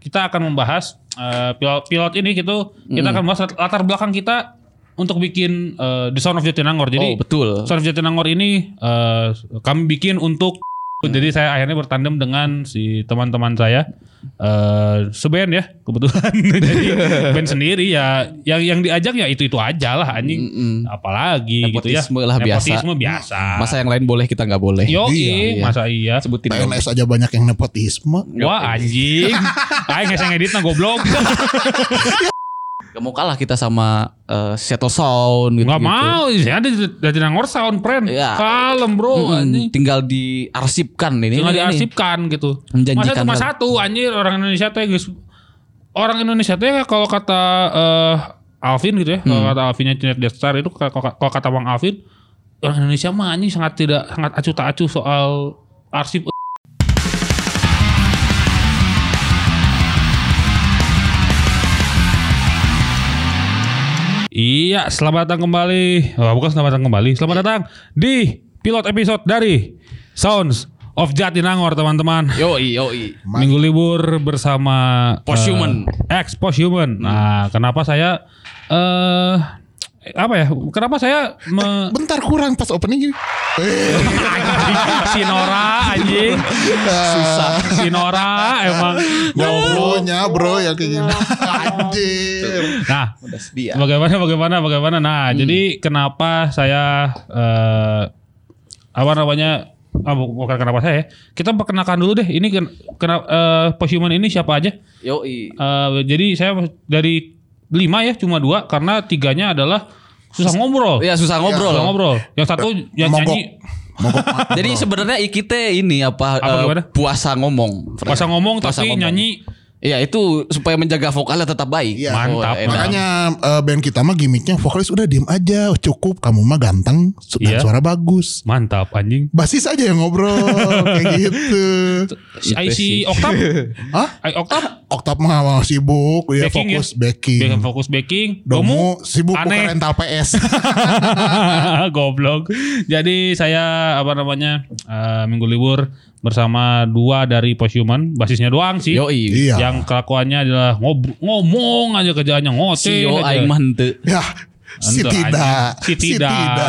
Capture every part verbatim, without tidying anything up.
kita akan membahas uh, pilot, pilot ini gitu. Kita mm. akan bahas latar belakang kita untuk bikin uh, The Sound of Jatinangor. Jadi oh, betul. Sound of Jatinangor ini uh, kami bikin untuk hmm. jadi saya akhirnya bertandem dengan si teman-teman saya uh, seband ya kebetulan. Jadi band sendiri ya yang yang diajak ya itu-itu aja lah anjing. Mm-mm. Apalagi nepotisme gitu ya. Lah nepotisme biasa. biasa. Masa yang lain boleh kita enggak boleh. Yo, iya. Masa iya. Sebutin P N S aja banyak yang nepotisme. Wah anjing. Aing nggak ngedit nah goblok. Gak mau kalah kita sama uh, Seattle Sound gitu. Gak mau, saya ada di Jatinangor Sound, friend. Ya. Kalem bro. Hmm, tinggal diarsipkan ini. Tinggal diarsipkan gitu. Menjanjikan. Masa cuma satu anjir orang Indonesia teh guys. Orang Indonesia teh kalau kata uh, Alvin gitu ya. Hmm. Kalau kata Alvinnya Cinet Destar itu kalau kata Bang Alvin. Orang Indonesia mah anjing sangat tidak sangat acuh tak acuh soal arsip. Iya, selamat datang kembali. Oh, bukan selamat datang kembali. Selamat datang di pilot episode dari Sounds of Jatinangor, teman-teman. Yoi, yoi. Minggu libur bersama Posthuman. Uh, ex Posthuman. Hmm. Nah, kenapa saya eh uh, apa ya? Kenapa saya me... Bentar kurang pas opening gini. Si Nora anjing. Susah. Si Nora emang gobloknya bro yang kayak gini. Anjir. Nah, bagaimana bagaimana bagaimana. Nah, hmm. jadi kenapa saya eh uh, apa namanya? Ah, bukan kenapa saya. Kita perkenalkan dulu deh. Ini kenapa uh, Posthuman ini siapa aja? Yoi. Uh, jadi saya dari lima ya, cuma dua karena tiganya adalah susah ngobrol. Iya, susah ngobrol. Susah ngobrol. Yang satu yang Mogok. nyanyi. Mogok. Jadi sebenarnya kita ini apa, apa uh, puasa ngomong. Puasa ngomong puasa tapi ngomong. nyanyi. Iya, itu supaya menjaga vokalnya tetap baik. Iya. Mantap. Oh, makanya uh, band kita mah gimmicknya vokalis udah diem aja, cukup kamu mah ganteng dan iya. suara bagus. Mantap anjing. Basis aja yang ngobrol kayak gitu. Si I C Oktav? Hah? I Oktav? Oktav mah sibuk, dia backing, fokus ya? backing. Backing fokus backing. Domu sibuk aneh. buka rental P S. Goblok. Jadi saya apa namanya uh, minggu libur bersama dua dari Posthuman, basisnya doang sih. Yoi. Iya. Yang kelakuannya adalah ngob- ngomong aja kerjaannya ngoceh. Si yo aing mah henteu. Ya, si Ente, tidak. Si tidak.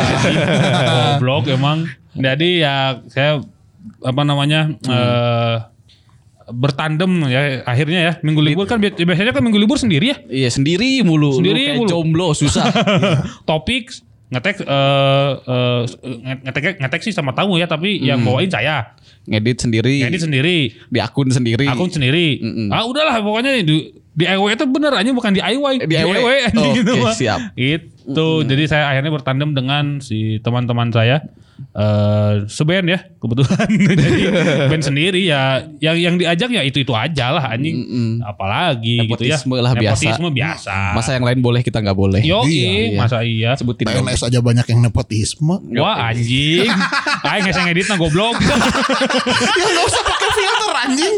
Goblok emang. Jadi ya saya apa namanya hmm. uh, bertandem ya akhirnya ya minggu libur kan biasanya kan minggu libur sendiri ya. Iya sendiri mulu. Sendiri Lu kayak mulu. jomblo susah. Topik ngetek uh, uh, ngetek ngetek sih sama tamu ya tapi hmm. yang bawain saya. Ngedit sendiri. Ngedit sendiri. Di akun sendiri. Akun sendiri. Mm-mm. Ah udahlah pokoknya di D I Y itu bener aja bukan D I Y. D I Y anjing gitu Oke, mah. siap. Itu Mm-mm. jadi saya akhirnya bertandem dengan si teman-teman saya uh, seband ya kebetulan. Jadi band sendiri ya yang yang diajak ya itu-itu aja lah anjing. Mm-mm. Apalagi Nepotisme gitu ya. lah biasa. Nepotisme biasa. Masa yang lain boleh kita nggak boleh. Yo, Iya, masa iya. Sebutin P N S aja banyak yang nepotisme. Wah anjing. Aing nggak ngedit nah goblok. Ya nggak usah pakai filter anjing.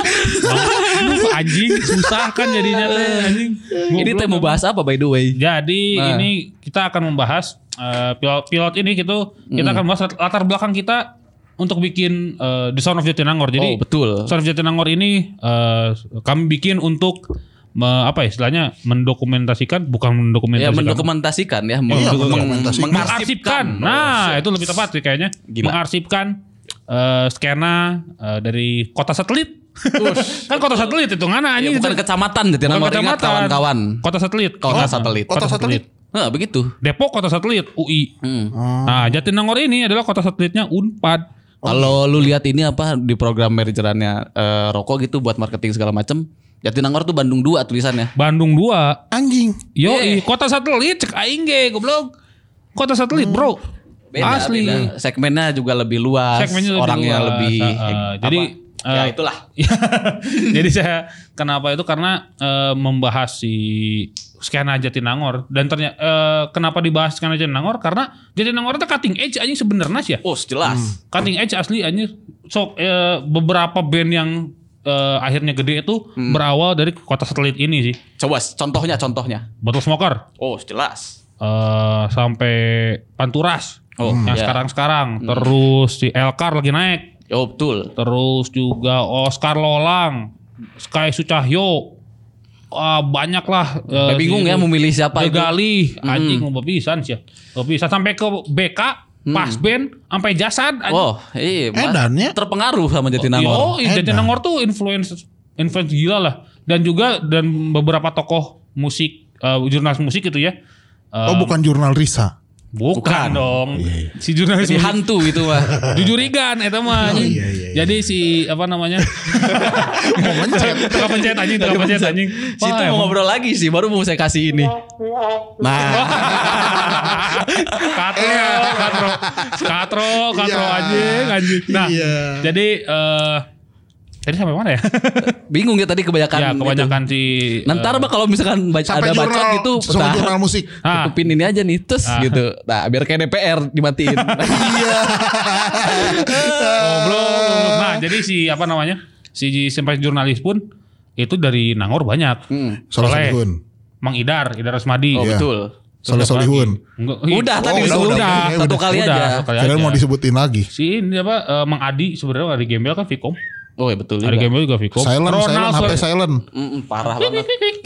Anjing susah kan jadinya teh anjing. Ini teh mau bahas apa by the way? Jadi Nah. ini kita akan membahas uh, pilot pilot ini gitu. Kita Hmm. akan bahas latar belakang kita untuk bikin uh, The Sound of Jatinangor. Jadi Oh betul. Sound of Jatinangor ini uh, kami bikin untuk me, apa ya istilahnya mendokumentasikan bukan mendokumentasikan. Ya mendokumentasikan ya, meng- Iya, meng- mendokumentasikan. mengarsipkan. Nah, itu lebih tepat sih kayaknya. Gila. Mengarsipkan uh, skena uh, dari kota satelit. Kan kota satelit itu ngana Ya, anjing. bukan kecamatan jadi Bukan nama ingat kecamatan. kawan-kawan. Kota satelit. Kota Oh, satelit. Kota satelit. Nah begitu. Depok kota satelit U I. Hmm. Nah, Jatinangor ini adalah kota satelitnya Unpad. Kalau lu lihat ini apa di program manajerannya eh, rokok gitu buat marketing segala macem. Jatinangor tuh Bandung dua tulisannya. Bandung dua. Anjing. Yoi, kota satelit cek aing ge goblok. Kota satelit, Bro. Beda, Asli. beda. Segmennya juga lebih luas. Segmennya lebih orangnya luas. lebih. Uh, apa? jadi ya uh, itulah. Jadi saya kenapa itu karena uh, membahas si skena Jatinangor dan ternyata uh, kenapa dibahas skena Jatinangor karena Jatinangor itu cutting edge anjing sebenarnya sih ya. Oh jelas. Hmm. Cutting edge asli anjing. So uh, beberapa band yang uh, akhirnya gede itu hmm. berawal dari kota satelit ini sih. Coba contohnya contohnya. Bottle Smoker. Oh jelas. Uh, sampai Panturas. Oh, yang ya. sekarang-sekarang. Hmm. Terus si Elkar lagi naik. Oh betul. Terus juga Oscar Lolang, Sky Sucahyo, wah, banyak lah. Uh, bingung ya memilih siapa itu. Gali, anjing mau pisan sih. Bisa sampai ke B K, hmm. Pasben, sampai Jasad. Anjing. Oh, iya. Edannya terpengaruh sama Jatinangor. Oh, iya, Jatinangor tuh influence influence gila lah. Dan juga dan beberapa tokoh musik, uh, jurnalis musik itu ya. Um, oh, bukan jurnal Risa. Bukan, bukan dong. Iya, iya. Si jurnalis si hantu itu mah. Jujurigan eta mah. Oh, iya, iya, iya. Jadi si apa namanya? Mau mencet. Tukang pencet anjing, tukang pencet anjing. Situ mau ngobrol lagi sih, baru mau saya kasih ini. Nah. Katro, katro. Katro, katro anjing, anjing. Nah, iya. jadi eh tadi sampai mana ya? Bingung ya tadi kebanyakan. Ya kebanyakan itu. si. Nanti uh, kalau misalkan baca, ada jurnal, bacot gitu, sama jurnal musik. Tutupin ini aja nih, terus ah. gitu. Nah biar kayak D P R dimatiin. Iya. Goblok. Nah jadi si apa namanya si sampai jurnalis pun itu dari Nangor banyak. Hmm. Soleh Solihun. Mang Idar, Idar Rasmadi. Oh ya. betul. Soleh Solihun. Udah tadi oh, udah, udah, udah, satu kali udah, aja. Kalian mau disebutin lagi. Si ini apa uh, Mang Adi sebenarnya dari Gembel kan Vicom. Oh ya betul. Ada Gembel juga Vicom. Silent, silent, H P silent. Mm, parah banget.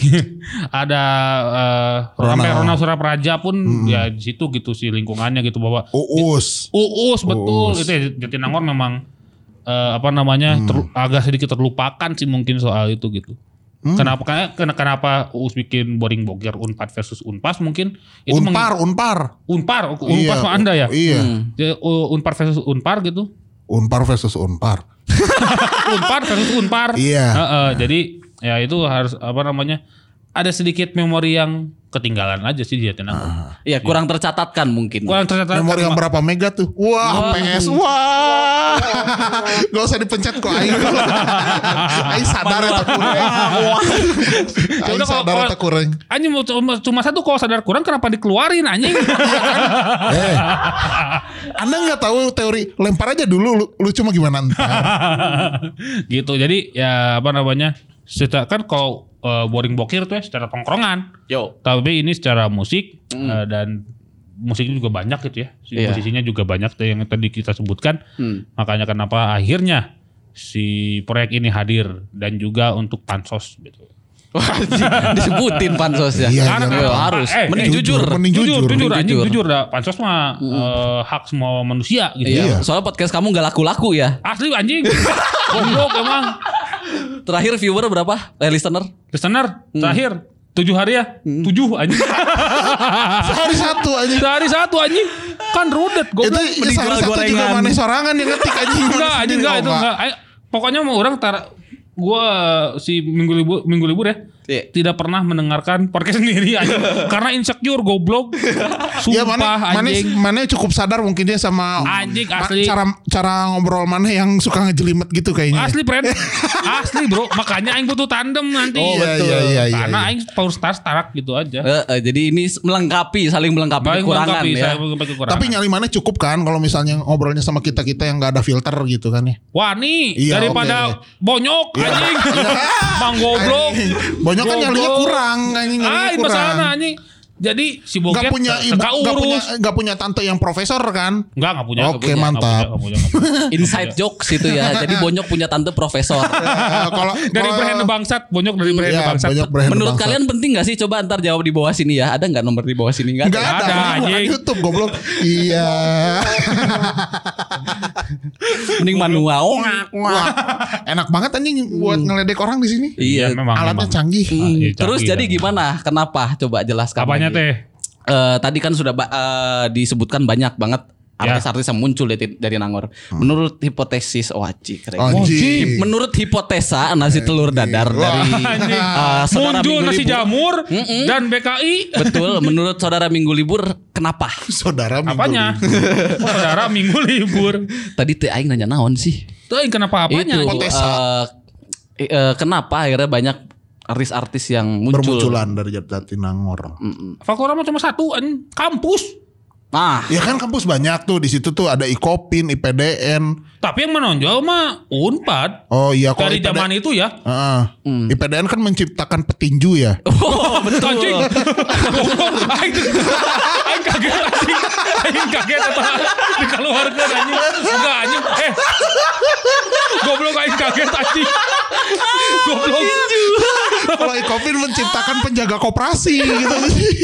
Ada uh, sampai Ronald Surapraja pun hmm. ya di situ gitu sih lingkungannya gitu bahwa Uus. Uus betul. Uus. Itu ya, Jatinangor memang uh, apa namanya hmm. ter, agak sedikit terlupakan sih mungkin soal itu gitu. Hmm. Kenapa kenapa kenapa Uus bikin boring boger Unpad versus Unpas mungkin itu Unpar meng, Unpar Unpar Unpas mah Anda ya? Iya. Hmm. Unpar versus Unpar gitu. Unpar versus Unpar. Unpar versus Unpar. Iya. Uh, uh, jadi ya itu harus apa namanya ada sedikit memori yang ketinggalan aja sih di Jatinangor. Iya, kurang tercatatkan mungkin. Kurang tercatatkan. Memori yang berapa mega tuh? Wah, P S. Wah. Gak usah dipencet kok aing. Aing sadar eta kurang. Wah. Aing sadar eta kurang. Anjing cuma satu kalau sadar kurang kenapa dikeluarin anjing? Eh. Anda enggak tahu teori lempar aja dulu lu, lu cuma gimana ntar. Gitu. Jadi ya apa namanya? Setelah kan kalau uh, boring bokir tuh ya secara tongkrongan. Yo. Tapi ini secara musik mm. uh, dan musiknya juga banyak gitu ya. Si yeah. Musisinya juga banyak tuh yang tadi kita sebutkan. Mm. Makanya kenapa akhirnya si proyek ini hadir dan juga untuk pansos gitu. Wah, disebutin pansos ya. Iya, karena iya, harus. Eh, mending eh, jujur. Mending jujur. Jujur, jujur, mending anjing, jujur. jujur dah. Pansos mah mm. uh, hak semua manusia gitu. Iya. Soalnya podcast kamu gak laku-laku ya. Asli anjing. Goblok emang. Terakhir viewer berapa? Eh, listener? Listener hmm. terakhir tujuh hari ya, hmm. tujuh anjing. Sehari satu anjing. Sehari satu anjing. Kan rudet goblok. Itu ya, sehari satu juga mana sorangan yang ngetik anjing. Enggak anjing enggak itu enggak. Pokoknya mau orang tar gua si minggu libur minggu libur ya. Yeah. Tidak pernah mendengarkan podcast sendiri anjing. Karena insecure goblok. Sumpah ya, mana, anjing. Mana cukup sadar mungkin dia sama anjing asli. Cara cara ngobrol mana yang suka ngejelimet gitu kayaknya. Asli friend. Asli bro. Makanya aing butuh tandem nanti. Oh betul. Iya, iya, iya, karena iya. aing power star starak gitu aja. Uh, uh, jadi ini melengkapi, saling melengkapi Baik kekurangan melengkapi, ya. kekurangan. Tapi nyali mana cukup kan kalau misalnya ngobrolnya sama kita-kita yang gak ada filter gitu kan ya. Wah nih iya, daripada okay. bonyok anjing. Bang goblok. Bonyok kan nyalinya kurang. Anjing, ah, itu sana anjing. Jadi si Boket gak punya ibu, gak punya, gak punya tante yang profesor kan? Enggak, gak punya. Oke, okay, mantap. Gak punya, gak punya, gak punya. Inside jokes itu ya. Jadi Bonyok punya tante profesor. Ya, kalau dari Brand Bangsat, Bonyok dari Brand ya, Bangsat. Menurut bangsat. kalian penting gak sih? Coba ntar jawab di bawah sini ya. Ada gak nomor di bawah sini? Gak, gak ada. ada bukan YouTube goblok. Iya. Mending manual. Wah, enak banget anjing buat ngeledek orang di sini. Iya, memang. Alatnya memang. canggih. Hmm. Ah, iya, Terus canggih, jadi canggih. gimana? Kenapa? Coba jelaskan. Apanya lagi. teh? Uh, tadi kan sudah uh, disebutkan banyak banget artis-artis yang muncul dari, dari Nangor. Hmm. Menurut hipotesis, oh aji keren. Oh, Hi, menurut hipotesa nasi telur dadar Wah. dari uh, saudara muncul Minggu nasi Libur. jamur Mm-mm. dan B K I. Betul, menurut saudara Minggu Libur kenapa? Saudara Minggu Apanya? Libur. Oh, saudara Minggu Libur. Tadi teh aing nanya naon sih? Tuh kenapa apanya? Itu uh, uh, kenapa akhirnya banyak artis-artis yang muncul bermunculan dari Jatinangor. Fakultas cuma satu an kampus. Nah, ya kan kampus banyak tuh di situ tuh ada Ikopin, I P D N. Tapi yang menonjol mah Unpad. Oh iya kalau dari I P D N, zaman itu ya. Uh, hmm. I P D N kan menciptakan petinju ya. Oh betul. Anjing. Aing kaget anjing. Aing kaget apa dikeluarkan anjing. Enggak anjing. Eh. Goblok aing kaget anjing. Goblok. Kalau Ecofin menciptakan penjaga koperasi gitu.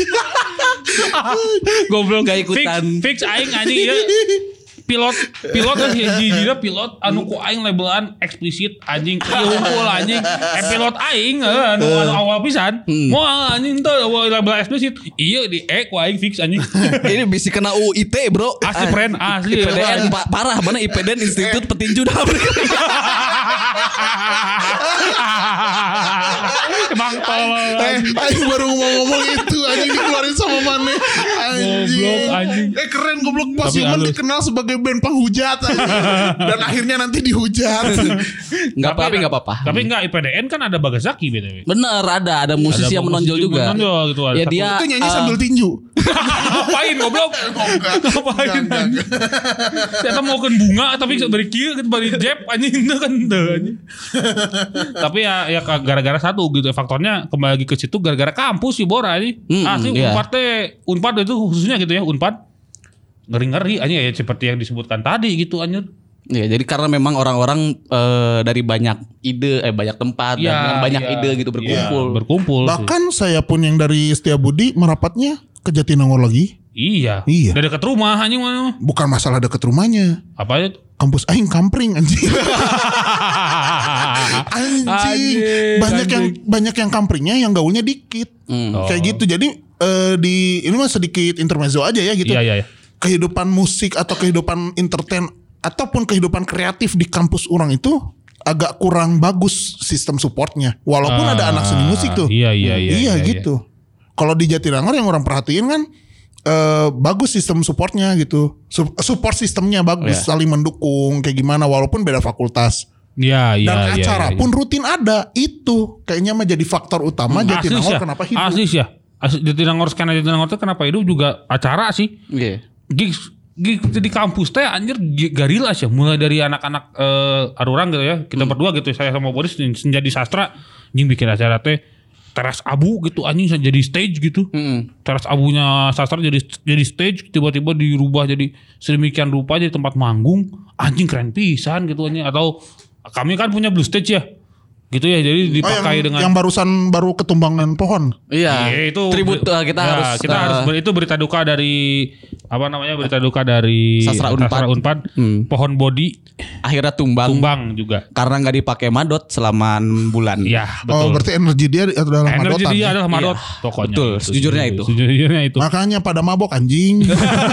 Goblok gak ikutan. Fix, fix aing anjing ya. Pilot pilot kan hiji-hijina pilot anu ku aing labelan eksplisit anjing ieu hungkul anjing eh pilot aing anu, anu awal pisan mau anjing teh label eksplisit ieu di e ku aing fix anjing. Ini bisa kena U I T bro. Asli friend asli I P D N pa- parah mana I P D N Institut Petinju dah. Emang tolol. Eh, aing baru mau ngomong itu anjing dikeluarin sama Mane. Anjing. Goblok, anjing. Eh keren goblok Bos Tapi Yuman halus. dikenal sebagai band penghujat anjing. Dan akhirnya nanti dihujat. Enggak apa-apa, enggak apa-apa. Tapi enggak I P D N kan ada Bagasaki B T W. Bener ada ada musisi Ada yang menonjol musisi juga. menonjol gitu, ada Ya satu. dia Itu nyanyi uh, sambil tinju. Ngapain goblok? Ngapain? Ternyata mau kan bunga tapi bari kieu gitu bari jeb anjing teu kan teu anjing. Tapi ya ya gara-gara satu gitu faktornya kembali lagi ke situ gara-gara kampus sih Bor anjing. Mm, Asli iya. Unpad teh Unpad itu khususnya gitu ya Unpad. Ngeri-ngeri anjing ya seperti yang disebutkan tadi gitu anjir. Ya, jadi karena memang orang-orang eh, dari banyak ide, eh banyak tempat Ya, dan dengan banyak ya, ide gitu berkumpul. Ya, berkumpul. sih. Bahkan saya pun yang dari Setiabudi merapatnya ke Jatinangor lagi. Iya. Iya. Udah dekat rumah anjing mana? Bukan masalah deket rumahnya. Apa itu? Kampus aing kampring anjing. anjing. Anjing, Banyak yang anjing. banyak yang kampringnya yang gaulnya dikit. Hmm. Oh. Kayak gitu. Jadi eh, di ini mah sedikit intermezzo aja ya gitu. Iya iya iya. Kehidupan musik atau kehidupan entertain ataupun kehidupan kreatif di kampus orang itu agak kurang bagus sistem supportnya. Walaupun Ah, ada anak seni musik tuh. Iya iya iya. Iya, iya, gitu. Kalau di Jatinangor yang orang perhatiin kan eh, bagus sistem supportnya gitu. Sup- support sistemnya bagus, Iya. saling mendukung kayak gimana walaupun beda fakultas. Iya iya. Dan iya, acara iya, iya. pun rutin ada. Itu kayaknya menjadi faktor utama Jatinangor kenapa hidup. Asli ya. Asli Jatinangor skena Jatinangor tuh kenapa hidup juga acara sih. Iya. Gigs gigs di kampus teh anjir gi- garilas ya. Mulai dari anak-anak eh arurang gitu ya. Kita berdua gitu saya sama Boris menjadi sastra anjing bikin acara teh teras abu gitu anjing jadi stage gitu. Hmm. Teras abunya sastra jadi jadi stage tiba-tiba dirubah jadi sedemikian rupa jadi tempat manggung anjing keren pisan gitu anjing atau kami kan punya blue stage ya gitu ya jadi Oh, dipakai yang, dengan yang barusan baru ketumbangan pohon. Iya. Iya, itu tribut uh, kita ya, harus kita uh, harus ber- itu berita duka dari apa namanya berita duka dari Sastra Unpad. Unpad. Hmm. Pohon bodi akhirnya tumbang, tumbang juga. karena nggak dipakai madot selama enam bulan. Iya, Oh, betul. berarti energi dia adalah Energi madotan. dia ya? adalah madot Iya, pokoknya. betul, sejujurnya itu. Sejujurnya itu. Makanya pada mabok anjing.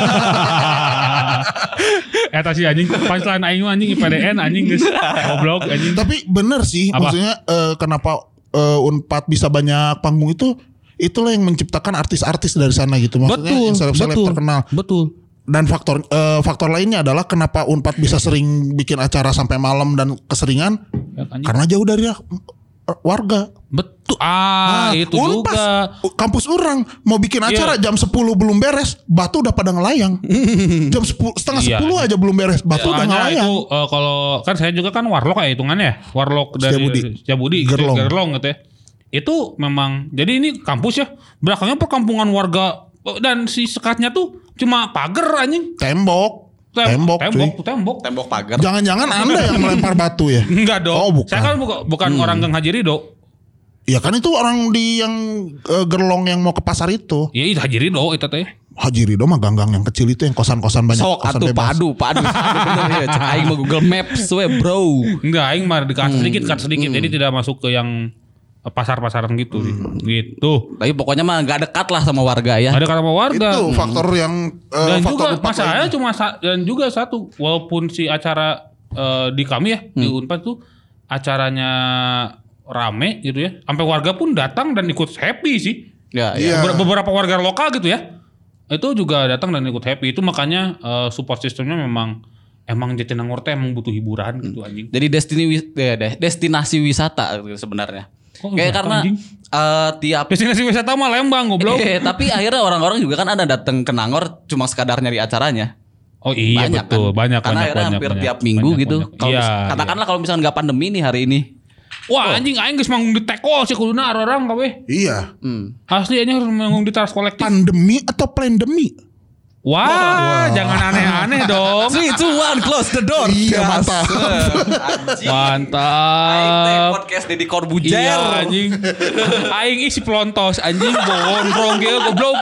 Eta si anjing punchline aing mah anjing I P D N anjing geus goblok anjing. Tapi bener sih, Apa? maksudnya eh, kenapa eh, Unpad bisa banyak panggung itu, itulah yang menciptakan artis-artis dari sana gitu. Maksudnya Betul, yang seleb-seleb betul. terkenal. Betul. Dan faktor eh, faktor lainnya adalah kenapa Unpad bisa sering bikin acara sampai malam dan keseringan, Ya, anjing. karena jauh dari eh, warga. Betul. Ah, Nah, itu Unpas, juga. kampus orang mau bikin acara Iya. jam sepuluh belum beres, batu udah pada ngelayang. Jam sepuluh setengah Iya. sepuluh aja belum beres, batu udah Soalnya ngelayang. itu eh, kalau kan saya juga kan warlock ya hitungannya. Warlock dari Setiabudi. Setiabudi gitu, Gerlong. Gerlong gitu ya. Itu memang jadi ini kampus ya. Belakangnya perkampungan warga oh, dan si sekatnya tuh cuma pagar anjing. Tembok, Tem- tembok, tembok, cuy. tembok. Tembok pagar. Jangan-jangan Anda yang melempar batu ya? Enggak dong. Oh, bukan. Saya kan buka- bukan orang Gang Haji Ridho. Ya kan itu orang di yang eh, Gerlong yang mau ke pasar itu. Ya itu Haji Ridho itu teh. Haji Ridho mah ganggang yang kecil itu yang kosan-kosan banyak Sok kosan atuh bebas. padu, padu. Bener ya, cek aing mah Google Maps we, bro. Enggak, aing mah dekat sedikit, dekat sedikit. Jadi tidak masuk ke yang eh, pasar-pasaran gitu. Gitu. Tapi pokoknya mah enggak dekat lah sama warga ya. Ada kata warga. Itu faktor yang eh, Dan faktor juga Unpad masalahnya lainnya. cuma sa- dan juga satu walaupun si acara eh, di kami ya di Unpad tuh acaranya rame gitu ya sampai warga pun datang dan ikut happy sih. Ya, Iya. ya. Beber- beberapa warga lokal gitu ya itu juga datang dan ikut happy itu makanya eh, support sistemnya memang emang Jatinangor teh emang butuh hiburan gitu anjing. Jadi destinasi wis- ya, deh, destinasi wisata gitu sebenarnya. Kok Kayak wisata, karena anjing? eh, tiap Destinasi wisata mah Lembang goblok. Eh, tapi akhirnya orang-orang juga kan ada datang ke Nangor cuma sekadar nyari acaranya. Oh iya Banyak betul kan? banyak Karena banyak akhirnya banyak hampir banyak, tiap minggu banyak, gitu. banyak. Kalau Iya, mis- katakanlah kalau misalnya nggak pandemi nih hari ini. Wah anjing aing geus manggung di teko sih kuduna orang kabeh. Iya. Hmm. Asli anjing harus manggung di teras kolektif. Pandemi atau plandemi? Wah, wow. Jangan aneh-aneh dong. three, two, one, close the door. Iya, mantap. Mantap. Aing podcast Deddy Corbuzier. Iya anjing. Aing isi plontos anjing gondrong gitu goblok.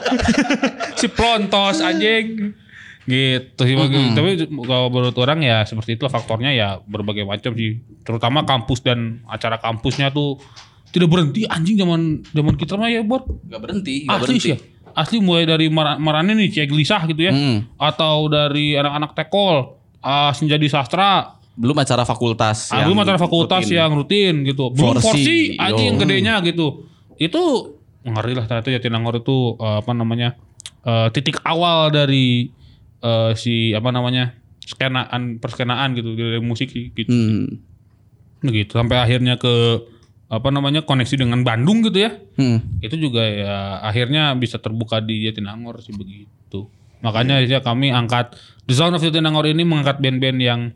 Si plontos anjing. Gitu sih. Mm-hmm. Tapi kalau menurut orang ya seperti itu faktornya ya berbagai macam sih. Terutama kampus dan acara kampusnya tuh tidak berhenti anjing zaman zaman kita mah ya, Bor. Gak berhenti, gak Asli berhenti. sih ya. Asli mulai dari Mar- Marane nih Cek Lisah gitu ya. Hmm. Atau dari anak-anak Tekol, uh, Senjadi Sastra. Belum acara fakultas. Ah, belum acara fakultas rutin. yang rutin gitu. Belum Forsi anjing yang gedenya gitu. Itu ngeri lah ternyata Jatinangor itu uh, apa namanya? Uh, titik awal dari uh, si apa namanya? skenaan perskenaan gitu dari musik gitu. Hmm. Begitu sampai akhirnya ke apa namanya koneksi dengan Bandung gitu ya. Hmm. Itu juga ya akhirnya bisa terbuka di Jatinangor sih begitu. Makanya ya kami angkat The Sound of Jatinangor ini mengangkat band-band yang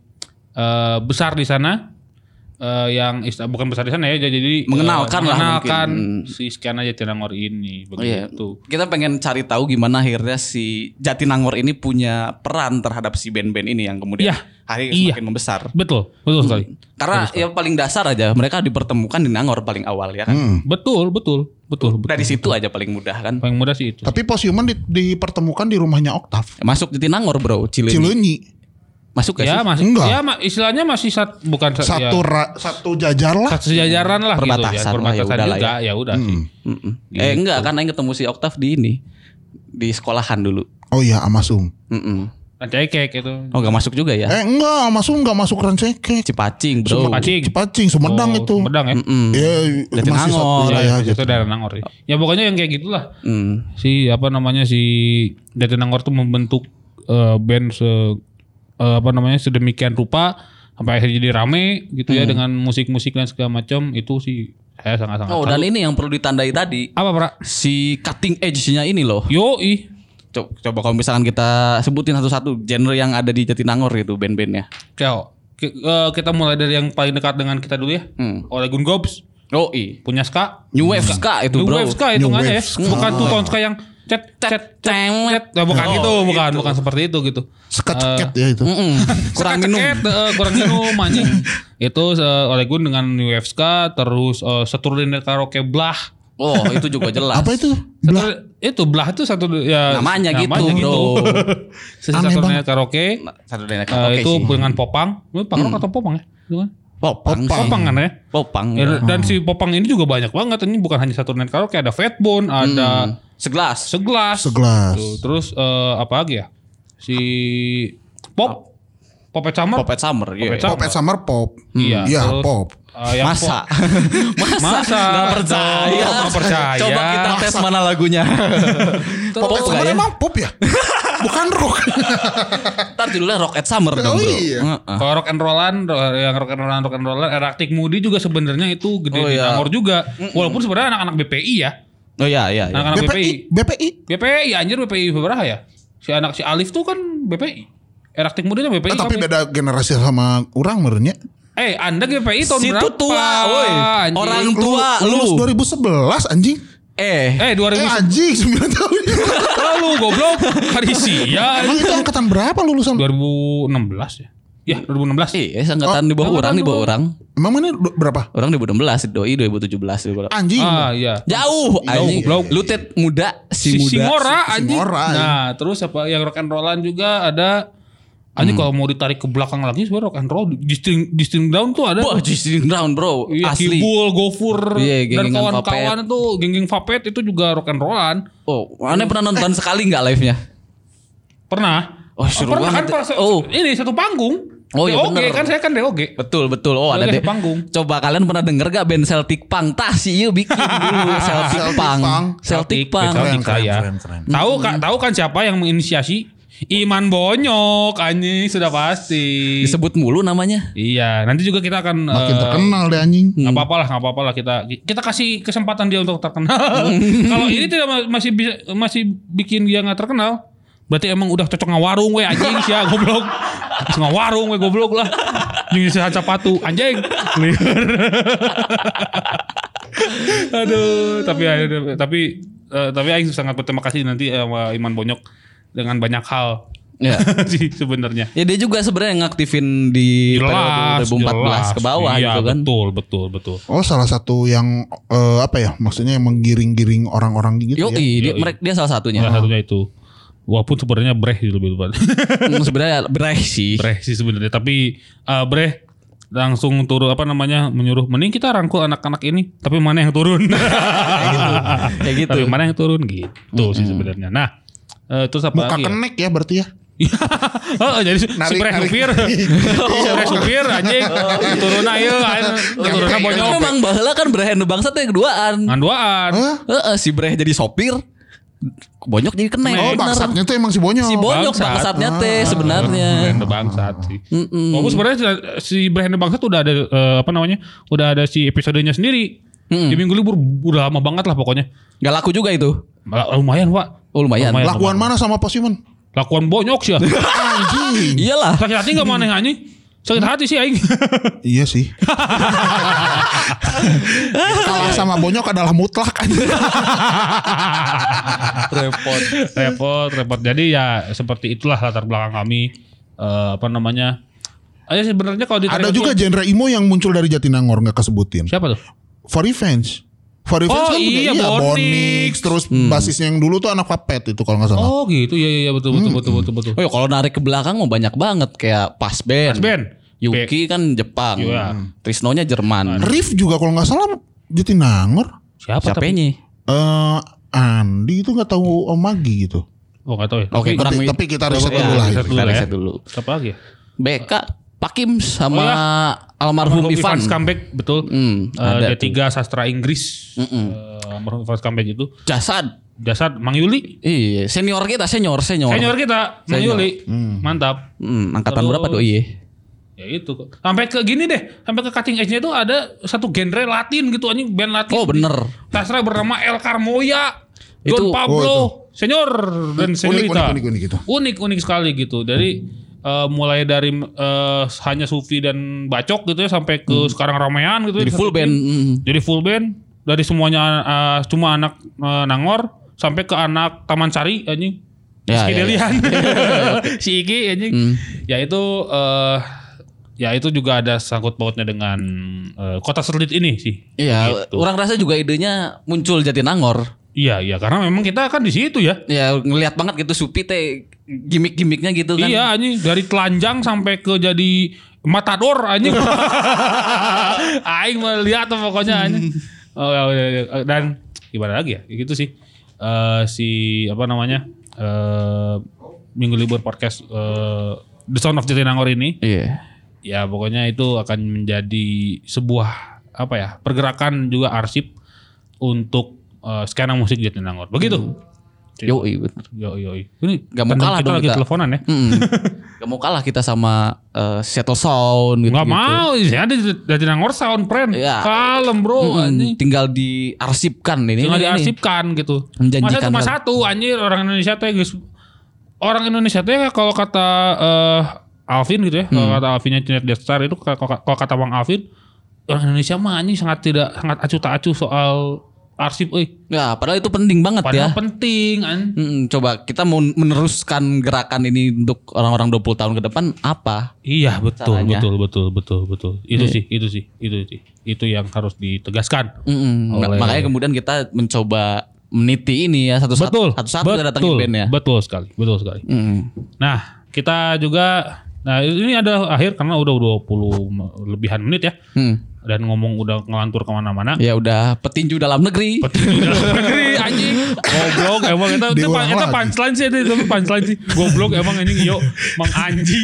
uh, besar di sana, uh, yang ist- bukan besar di sana ya, jadi mengenalkan uh, lah mengenalkan mungkin. si skena Jatinangor ini begitu. Oh, iya. Kita pengen cari tahu gimana akhirnya si Jatinangor ini punya peran terhadap si band-band ini yang kemudian Iya. akhirnya Iya. semakin membesar. Betul, betul sekali. Karena ya paling dasar aja mereka dipertemukan di Nangor paling awal ya kan. Hmm. Betul, betul, betul, betul. Dari situ aja paling mudah kan. Paling mudah sih itu. Tapi Poshuman di, dipertemukan di rumahnya Oktav. Masuk Jatinangor bro, Cileunyi. Cileunyi. Masuk gak Ya sih? masih, Enggak. ya ma- istilahnya masih sat, bukan sa- Satu ya, ra- satu jajar lah. satu sejajaran lah Perbatasan gitu ya. lah, Perbatasan ya udah lah juga, ya udah sih. Mm-mm. Gitu. Eh enggak kan Aing ketemu si Oktav di ini. Di sekolahan dulu. Oh iya, Amasum. Mm-mm. Cekek itu. Oh enggak masuk juga ya? Eh enggak, Amasum enggak masuk Ranceke. Cipacing bro. Cipacing. Cipacing, Sumedang Oh, itu. Sumedang ya. Mm-mm. Ya, Jatinangor. masih satu Ya, wilayah itu gitu. daerah Nangor ya. Ya pokoknya yang kayak gitulah. Mm. Si apa namanya si Jatinangor tuh membentuk eh, band se eh, apa namanya sedemikian rupa sampai akhirnya jadi rame gitu ya dengan musik-musik dan segala macam itu sih saya sangat-sangat Oh dan salut. ini yang perlu ditandai tadi. Apa, Pra? Si cutting edge-nya ini loh. Yoi. Coba, coba kalau misalkan kita sebutin satu-satu genre yang ada di Jatinangor gitu band-bandnya. Kyo, ki- eh, kita mulai dari yang paling dekat dengan kita dulu ya. Hmm. Oleh Gun Gobs Oh iya. punya ska. New Wave Ska itu New bro. Wave ska New hitungannya ya. Wave ska. Bukan tuh tahun ska yang cet cet cet. cet. Nah, bukan Oh, gitu, bukan bukan seperti itu gitu. Sekat ceket ya itu. Mm-mm. Kurang minum. Ceket, eh, kurang minum anjing. Itu eh, oleh Gun dengan New Wave ska terus uh, Seturun Karaoke Blah. Oh itu juga jelas. Apa itu? Satu, itu Blah itu satu ya Namanya gitu, bro. Aneh Satu banget. karaoke. Satu dari eh, karaoke itu sih. dengan Popang. Itu Popang atau Popang ya? Itu kan? Popang, sih. Popang kan ya? Popang. Ya, Ya. dan si Popang ini juga banyak banget. Ini bukan hanya satu net karaoke, ada Fatbone, ada Segelas. Segelas. Segelas. Tuh, terus eh, apa lagi ya? Si Pop, Popet Summer. Popet Summer. Iya. Popet Summer. Pop at Summer Pop. Iya. Iya, terus, Pop. eh, yang Masa. Pop- Masa. Masa. Gak percaya. Oh, nggak percaya. Coba kita tes mana lagunya. Pop at nggak Summer ya? emang pop ya? Bukan rock. Ntar judulnya Rock at Summer dong Oh, bro. iya. Heeh. Kalau rock and rollan, ro- yang rock and rollan, rock and rollan, Erratic Moody juga sebenarnya itu gede Oh, di iya. Nangor juga. Walaupun sebenarnya anak-anak B P I ya. Oh iya iya. iya. Anak-anak B P I. B P I, B P I. B P I anjir B P I berapa ya? Si anak si Alif tuh kan B P I. Erratic Moody kan B P I. Eh, tapi kami. beda generasi sama orang merenya. Eh, Anda B P I tahun Situ berapa? tua, woi. Anjing. Orang Lu tua lulus lu. dua ribu sebelas anjing. Eh. Eh, dua ribu Eh anjing sembilan tahun. lalu goblok. Hari sia. Emang itu angkatan berapa lulusan? dua ribu enam belas ya? Ya, dua ribu enam belas. Iya, angkatan di bawah angkatan orang, di di bawah bawah. orang. Emang mana du- berapa? Orang dua ribu enam belas, doi dua ribu tujuh belas. Anjing. Ah, iya. Jauh, anjing. goblok. Lu tet muda, si, Si muda. Singora anjing. Singora, anjing. Nah, terus apa yang rock and rollan juga ada anjing kalau mau ditarik ke belakang lagi sebenarnya rock and roll di string, di string down tuh ada. Wah, Justin Brown, bro. Iya, Asli. Kibul, Gofur, Iya, dan geng-gengan kawan-kawan itu, geng-geng Vapet itu juga rock and rollan. Oh, aneh pernah nonton sekali nggak live-nya? Pernah. Oh, seru pernah banget. kan pas Oh. ini satu panggung. Oh, iya D O G bener. kan saya kan D O G. Betul, betul. Oh, ada Ada deh. panggung. Coba kalian pernah denger gak band Celtic Punk? Tah sih ieu bikin dulu Celtic Celtic Punk. Punk. Celtic Celtic, Punk. Celtic. Keren, keren, saya. keren, keren. Tahu kan tahu kan siapa yang menginisiasi? Iman Bonyok anjing sudah pasti. Disebut mulu namanya. Iya, nanti juga kita akan Makin eh, terkenal deh anjing. nggak apa-apa lah, nggak apa-apa lah kita kita kasih kesempatan dia untuk terkenal. Kalau ini tidak ma- masih bisa masih bikin dia nggak terkenal, berarti emang udah cocok ngawarung we anjing sih ya goblok. Terus ngawarung we goblok lah. Jeung bisa capatu anjing. Aduh, tapi tapi uh, tapi aing sangat berterima kasih nanti sama Iman Bonyok dengan banyak hal. Ya. sih sebenarnya. Ya dia juga sebenarnya ngaktifin di Jelas, periode dua ribu empat belas jelas. ke bawah Iya, gitu kan. betul, betul, betul. Oh salah satu yang eh, apa ya maksudnya yang menggiring-giring orang-orang gitu Yoi, ya. dia, Yoi. mereka- dia salah satunya. Salah satunya itu. Walaupun sebenarnya Breh gitu lebih tepat. Hmm, sebenarnya berai sih. Breh sih sebenarnya, tapi uh, Breh langsung turun apa namanya menyuruh mending kita rangkul anak-anak ini, tapi mana yang turun? Kayak gitu. Tapi mana yang turun gitu sih sebenarnya. Nah, eh, terus apa Muka lagi? Ya? kenek ya berarti ya. Oh, jadi si Narik, Breh narik. supir. Si Breh supir anjing. Turun aja turun Itu bonyok. memang baheula kan Breh nu bangsa teh keduaan. Nganduaan. Hah? Heeh, si Breh jadi sopir. Bonyok jadi kenek. Oh bener. bangsatnya tuh emang si Bonyok. Si Bonyok Bangsat. bangsatnya teh sebenarnya. Brand bangsat sih. Walaupun sebenarnya si Brand bangsat udah ada eh, apa namanya? Udah ada si episodenya sendiri. Di minggu libur udah lama banget lah pokoknya. Gak laku juga itu. Malah lumayan, Pak. Oh lumayan. Lumayan. Lakuan mana sama Pak Simon? Lakuan bonyok sih. Anjing. Iyalah. Sakit hati enggak maneh anjing? Sakit hati sih aing. Iya sih. Kalah sama Bonyok adalah mutlak anjing. Repot. repot, repot. Jadi ya seperti itulah latar belakang kami eh, apa namanya? Ayo sebenarnya kalau ditarik Ada lagi- juga genre emo yang muncul dari Jatinangor nggak kesebutin. siapa tuh? For Revenge. For Revenge Oh, kan iya, punya- Bonix. Bonix. Terus basisnya yang dulu tuh anak Papet itu kalau nggak salah. Oh gitu, ya ya, ya betul betul betul betul betul. Oh ya kalau narik ke belakang mau banyak banget kayak Pas Band. Pas Band. Yuki kan Jepang. Iya. Trisnonya Jerman. Riff juga kalau nggak salah Jatinangor. Siapa tapi? Siapanya? Eh Andi itu nggak tahu Om Magi gitu. Oh enggak tahu ya. Oke, Tapi- kurang Tapi, mi- tapi kita riset Iya, dulu lah. riset itu. dulu Kita ya. riset dulu. Siapa lagi ya? B K Pakim sama Oh, ya. almarhum Ivan. Comeback betul. Hmm, Eh, ada D tiga sastra Inggris. Eh, almarhum Ivan Comeback itu. Jasad. Jasad Mang Yuli. Iya, senior kita, senior, senior. Senior kita, Mang Senior. Yuli. Mantap. Hmm, angkatan Terus- berapa tuh? Iya. Ya itu. Sampai ke gini deh, sampai ke cutting edge-nya itu ada satu genre Latin gitu anjing, band Latin. Oh, bener. Sastra bernama El Carmoya. Itu- Don Pablo, oh, senior dan Unik, seniorita. unik, unik, unik gitu. Unik, unik sekali gitu. Dari eh, mulai dari eh, hanya Sufi dan Bacok gitu ya sampai ke sekarang Ramean gitu. ya, Jadi full satu band. tim. Hmm. Jadi full band dari semuanya eh, cuma anak eh, Nangor sampai ke anak Taman Sari anjing. Ya, Si ya, Delian. si Iki anjing. Ya itu eh, ya itu juga ada sangkut pautnya dengan eh, Kota Serlit ini sih. Iya, Gitu. orang rasa juga idenya muncul Jatinangor. Iya, iya karena memang kita kan di situ ya. Ya ngelihat banget gitu Supi teh gimmick-gimmicknya gitu kan. Iya anjing dari telanjang sampai ke jadi matador anjing. Aing melihat tuh pokoknya anjing. Oh, ya, ya, ya. Dan gimana lagi ya? Gitu sih. Eh, si apa namanya? Eh, Minggu Libur Podcast eh, The Sound of Jatinangor ini Iya. ya pokoknya itu akan menjadi sebuah apa ya? Pergerakan juga arsip untuk eh, skena musik Jatinangor. Begitu. Yoi bener. Yo yo. Ini Gak mau tandem kalah kita dong lagi kita. teleponan ya. Mm. Gak mau kalah kita sama eh, Seattle Sound gitu. Nggak mau, saya ada di Jatinangor sound friend. Iya. Kalem bro, anjing. Tinggal diarsipkan ini. Tinggal ini, ini. diarsipkan gitu. Menjanjikan Masa cuma kali. satu anjir orang Indonesia teh guys. Orang Indonesia teh kalau kata eh, Alvin gitu ya, kalau Hmm. kata Alvinnya Cinet Destar itu kalau kalau kata Bang Alvin, orang Indonesia mah anjing sangat tidak sangat acuh tak acuh soal arsip euy. Ya, padahal itu penting banget Padahal ya. penting an. Mm, coba kita mau meneruskan gerakan ini untuk orang-orang dua puluh tahun ke depan apa? Iya betul Caranya. betul betul betul betul. Itu Iya. sih, itu sih, itu sih. Itu yang harus ditegaskan. Mm-mm. Oleh- Makanya kemudian kita mencoba meniti ini ya satu-satu. Betul. Satu-satu kita datangin betul, band ya. Betul sekali, betul sekali. Mm. Nah, kita juga nah ini ada akhir karena udah dua puluh lebihan menit ya. Hmm. Dan ngomong udah ngelantur kemana-mana. Ya udah petinju dalam negeri. Petinju dalam negeri anjing. Goblok emang itu itu, Diulang itu lagi. punchline sih itu, itu punchline sih. Goblok emang anjing yo mang anjing.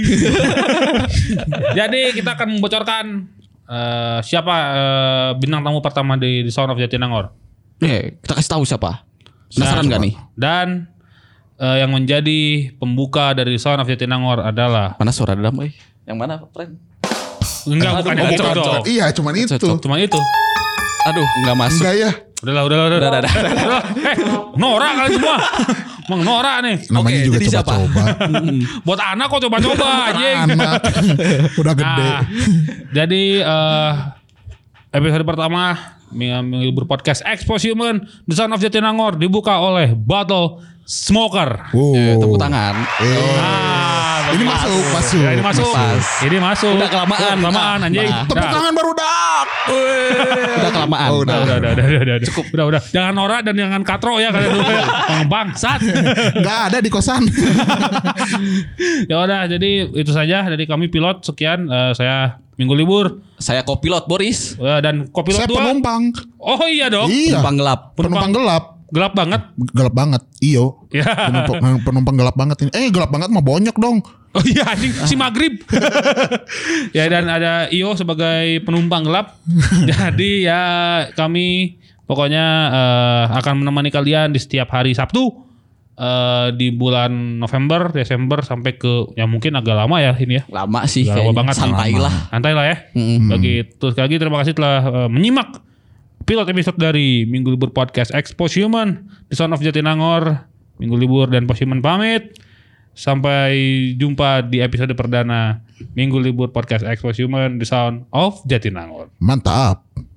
Jadi kita akan membocorkan eh, siapa eh, bintang tamu pertama di, di Sound of Jatinangor. Eh, kita kasih tahu siapa. Penasaran Nah, gak nih? Dan eh, yang menjadi pembuka dari Sound of Jatinangor adalah Mana suara drum, boy? Yang mana, friend? enggak Aduh, bukan oh, yang bukan, cocok. Cocok. Iya cuman itu. Cocok. Cuma itu. Aduh, nggak masuk. Enggak ya. Udahlah, udahlah, udahlah. Udah, udah, udah, Udah. Eh, Nora kalian semua. Mang Nora nih. Namanya Oke, juga jadi siapa? coba-coba. Buat anak kok coba-coba anjing. Anak. Udah gede. Nah, jadi eh, episode pertama Minggu Libur Podcast Expose Human, The Sound of Jatinangor dibuka oleh Bottle Smoker. Oh. Ya, tepuk tangan. Ah, Ini pas. masuk, masuk. Ya, ini masuk. Pas. Ini masuk. Udah kelamaan. Kelamaan Ah, anjing. nah. Tepuk Udah. tangan baru dak. Udah kelamaan. Oh, Udah, udah, udah, udah, udah, udah. Cukup. Udah, udah. Jangan norak dan jangan katro ya kalian dulu. Bang bangsat. Enggak ada di kosan. Ya udah, jadi itu saja dari kami pilot. Sekian eh, saya Minggu Libur. Saya kopilot Boris. Eh, dan kopilot Saya dua. penumpang. Oh iya dong. Iya. Penumpang gelap. Penumpang gelap. Gelap banget. Gelap banget. Iyo. Ya. Penumpang, penumpang gelap banget ini. Eh gelap banget mah bonyok dong. Oh iya anjing si maghrib. Ya dan ada Io sebagai penumpang gelap. Jadi ya kami pokoknya eh, akan menemani kalian di setiap hari Sabtu eh, di bulan November, Desember sampai ke ya mungkin agak lama ya ini ya. Lama sih Lama kayaknya. banget. Santai Lama. lah. Santai lah ya. Mm-mm. Begitu. Sekali lagi terima kasih telah eh, menyimak pilot episode dari Minggu Libur Podcast Expose Human, The Sound of Jatinangor. Minggu Libur dan Poshuman pamit. Sampai jumpa di episode perdana Minggu Libur Podcast Expose Human, The Sound of Jatinangor. Mantap.